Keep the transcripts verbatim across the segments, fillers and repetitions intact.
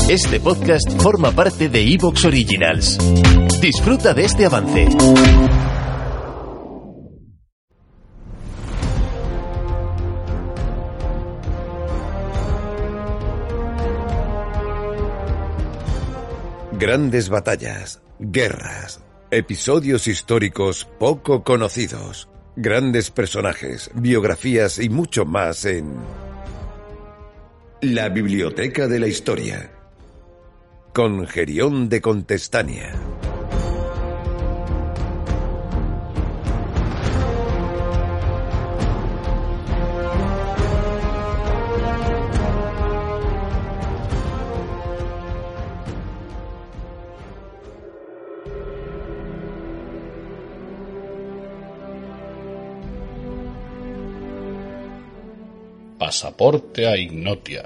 Este podcast forma parte de iVoox Originals. Disfruta de este avance. Grandes batallas, guerras, episodios históricos poco conocidos, grandes personajes, biografías y mucho más en La Biblioteca de la Historia, con Gerión de Contestania. Pasaporte a Ignotia.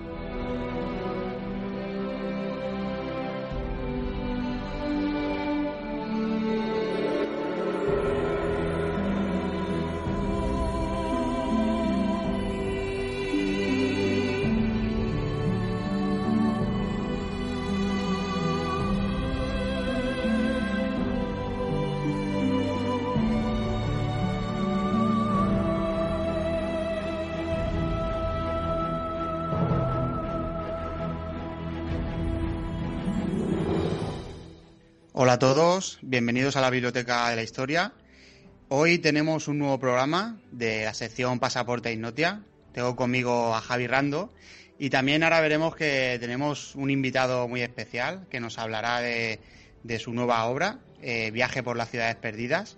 Hola a todos, bienvenidos a la Biblioteca de la Historia. Hoy tenemos un nuevo programa de la sección Pasaporte a Ignotia. Tengo conmigo a Javi Rando y también ahora veremos que tenemos un invitado muy especial que nos hablará de, de su nueva obra, eh, Viaje por las ciudades perdidas.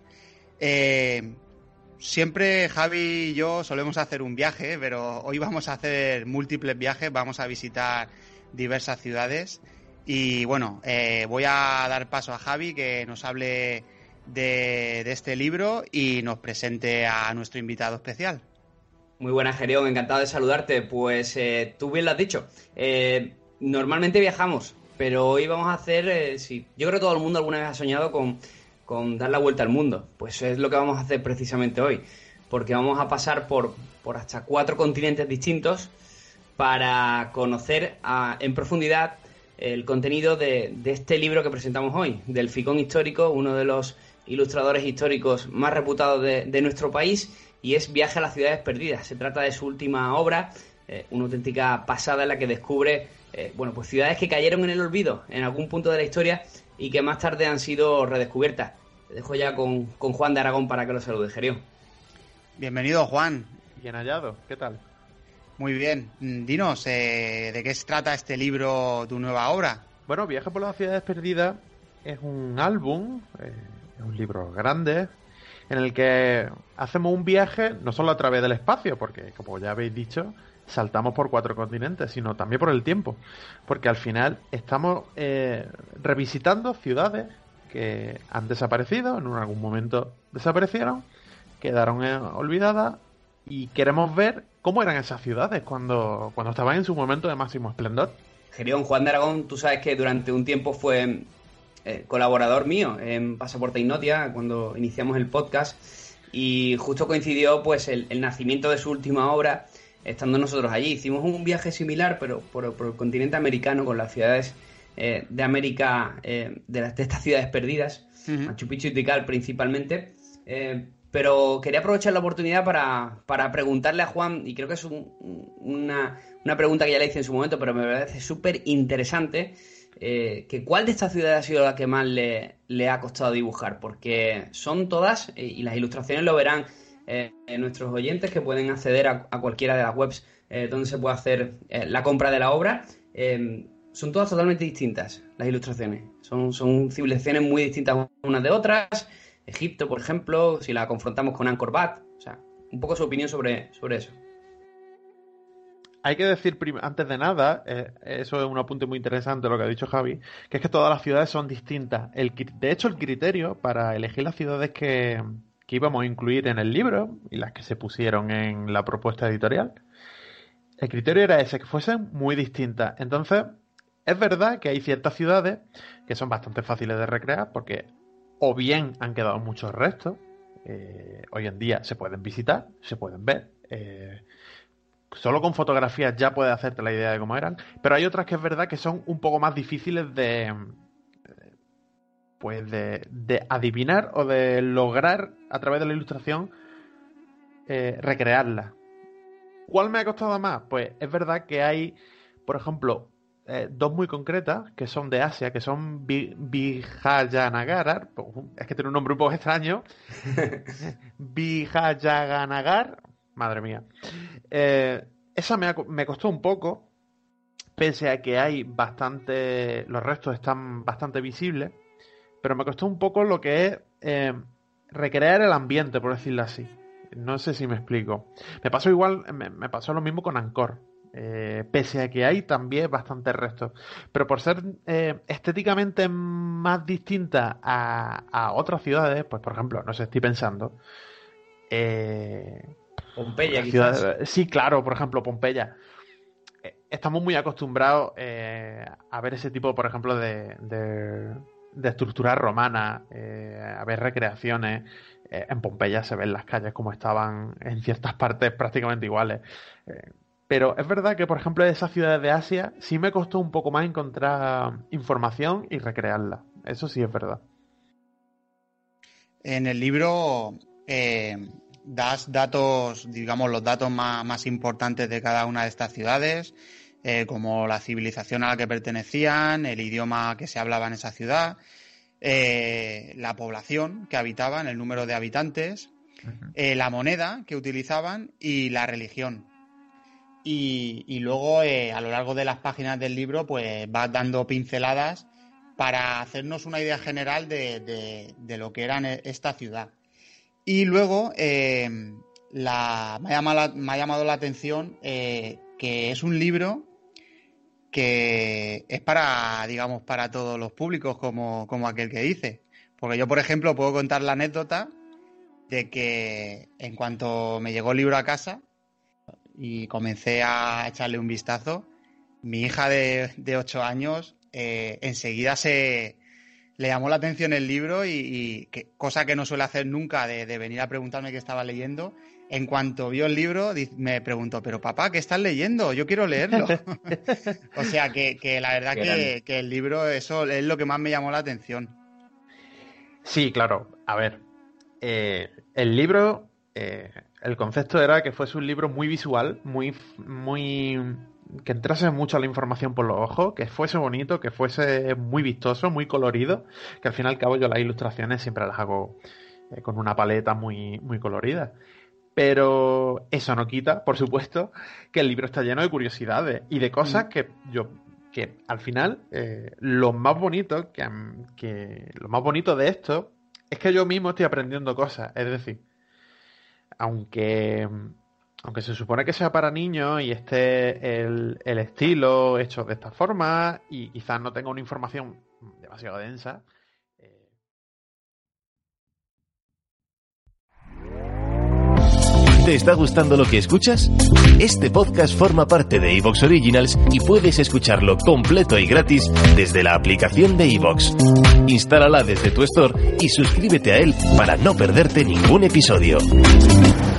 Eh, siempre Javi y yo solemos hacer un viaje, pero hoy vamos a hacer múltiples viajes, vamos a visitar diversas ciudades. Y bueno, eh, voy a dar paso a Javi que nos hable de, de este libro y nos presente a nuestro invitado especial. Muy buenas, Gerión, encantado de saludarte. Pues eh, tú bien lo has dicho. Eh, normalmente viajamos, pero hoy vamos a hacer, eh, sí, yo creo que todo el mundo alguna vez ha soñado con, con dar la vuelta al mundo. Pues es lo que vamos a hacer precisamente hoy, porque vamos a pasar por, por hasta cuatro continentes distintos para conocer a, en profundidad el contenido de, de este libro que presentamos hoy, del Ficón Histórico, uno de los ilustradores históricos más reputados de, de nuestro país, y es Viaje a las ciudades perdidas. Se trata de su última obra, eh, una auténtica pasada en la que descubre eh, bueno, pues ciudades que cayeron en el olvido en algún punto de la historia y que más tarde han sido redescubiertas. Te dejo ya con, con Juan de Aragón para que lo salude, Gerión. Bienvenido, Juan. Bien hallado, ¿qué tal? Muy bien. Dinos, eh, ¿de qué se trata este libro, tu nueva obra? Bueno, Viaje por las ciudades perdidas es un álbum, eh, es un libro grande, en el que hacemos un viaje no solo a través del espacio, porque como ya habéis dicho, saltamos por cuatro continentes, sino también por el tiempo, porque al final estamos eh, revisitando ciudades que han desaparecido, en algún momento desaparecieron, quedaron eh, olvidadas, y queremos ver cómo eran esas ciudades cuando, cuando estaban en su momento de máximo esplendor. Gerión, Juan de Aragón, tú sabes que durante un tiempo fue eh, colaborador mío en Pasaporte a Ignotia, cuando iniciamos el podcast, y justo coincidió pues el, el nacimiento de su última obra, estando nosotros allí. Hicimos un viaje similar, pero por, por el continente americano, con las ciudades eh, de América, eh, de, las, de estas ciudades perdidas, uh-huh. Machu Picchu y Tikal principalmente. Eh, Pero quería aprovechar la oportunidad para, para preguntarle a Juan, y creo que es un, una, una pregunta que ya le hice en su momento, pero me parece súper interesante, eh, que ¿cuál de estas ciudades ha sido la que más le, le ha costado dibujar? Porque son todas, eh, y las ilustraciones lo verán eh, nuestros oyentes que pueden acceder a, a cualquiera de las webs eh, donde se puede hacer eh, la compra de la obra. Eh, son todas totalmente distintas las ilustraciones. Son, son civilizaciones muy distintas unas de otras. Egipto, por ejemplo, si la confrontamos con Angkor Wat. O sea, un poco su opinión sobre, sobre eso. Hay que decir, prim- antes de nada, eh, eso es un apunte muy interesante lo que ha dicho Javi, que es que todas las ciudades son distintas. El, de hecho, el criterio para elegir las ciudades que, que íbamos a incluir en el libro y las que se pusieron en la propuesta editorial, el criterio era ese, que fuesen muy distintas. Entonces, es verdad que hay ciertas ciudades que son bastante fáciles de recrear porque o bien han quedado muchos restos, eh, hoy en día se pueden visitar, se pueden ver, eh, solo con fotografías ya puedes hacerte la idea de cómo eran, pero hay otras que es verdad que son un poco más difíciles de pues de, de adivinar o de lograr a través de la ilustración eh, recrearlas. ¿Cuál me ha costado más? Pues es verdad que hay, por ejemplo, eh, dos muy concretas que son de Asia, que son Vijayanagar, es que tiene un nombre un poco extraño, Vijayanagar, madre mía. Eh, esa me, ha, me costó un poco, pese a que hay bastante, los restos están bastante visibles, pero me costó un poco lo que es eh, recrear el ambiente, por decirlo así. No sé si me explico. Me pasó igual, me, me pasó lo mismo con Angkor. Eh, pese a que hay también bastantes restos. Pero por ser eh, estéticamente más distinta a, a otras ciudades, pues por ejemplo, no sé, estoy pensando. Eh, Pompeya, quizás. Ciudad, sí, claro, por ejemplo, Pompeya. Eh, estamos muy acostumbrados eh, a ver ese tipo, por ejemplo, de, de, de estructuras romanas, eh, a ver recreaciones. Eh, en Pompeya se ven las calles como estaban en ciertas partes prácticamente iguales. Eh, pero es verdad que, por ejemplo, de esas ciudades de Asia sí me costó un poco más encontrar información y recrearla. Eso sí es verdad. En el libro eh, das datos, digamos, los datos más, más importantes de cada una de estas ciudades, eh, como la civilización a la que pertenecían, el idioma que se hablaba en esa ciudad, eh, la población que habitaban, el número de habitantes, uh-huh. eh, la moneda que utilizaban y la religión. Y, y luego, eh, a lo largo de las páginas del libro, pues vas dando pinceladas para hacernos una idea general de, de, de lo que era esta ciudad. Y luego, eh, la, me, ha llamado, me ha llamado la atención eh, que es un libro que es para, digamos, para todos los públicos, como, como aquel que dice. Porque yo, por ejemplo, puedo contar la anécdota de que en cuanto me llegó el libro a casa y comencé a echarle un vistazo, mi hija de, de ocho años eh, enseguida se le llamó la atención el libro y, y que, cosa que no suele hacer nunca de, de venir a preguntarme qué estaba leyendo. En cuanto vio el libro me preguntó, pero papá, ¿qué estás leyendo? Yo quiero leerlo. O sea que, que la verdad que, que el libro, eso es lo que más me llamó la atención. Sí, claro. A ver, eh, el libro, eh, el concepto era que fuese un libro muy visual, muy, muy, que entrase mucho a la información por los ojos, que fuese bonito, que fuese muy vistoso, muy colorido, que al fin y al cabo yo las ilustraciones siempre las hago eh, con una paleta muy, muy colorida. Pero eso no quita, por supuesto, que el libro está lleno de curiosidades y de cosas que yo, que al final, eh, lo más bonito que, que lo más bonito de esto es que yo mismo estoy aprendiendo cosas. Es decir, aunque, aunque se supone que sea para niños y esté el, el estilo hecho de esta forma y quizás no tenga una información demasiado densa. ¿Te está gustando lo que escuchas? Este podcast forma parte de iVoox Originals y puedes escucharlo completo y gratis desde la aplicación de iVoox. Instálala desde tu store y suscríbete a él para no perderte ningún episodio.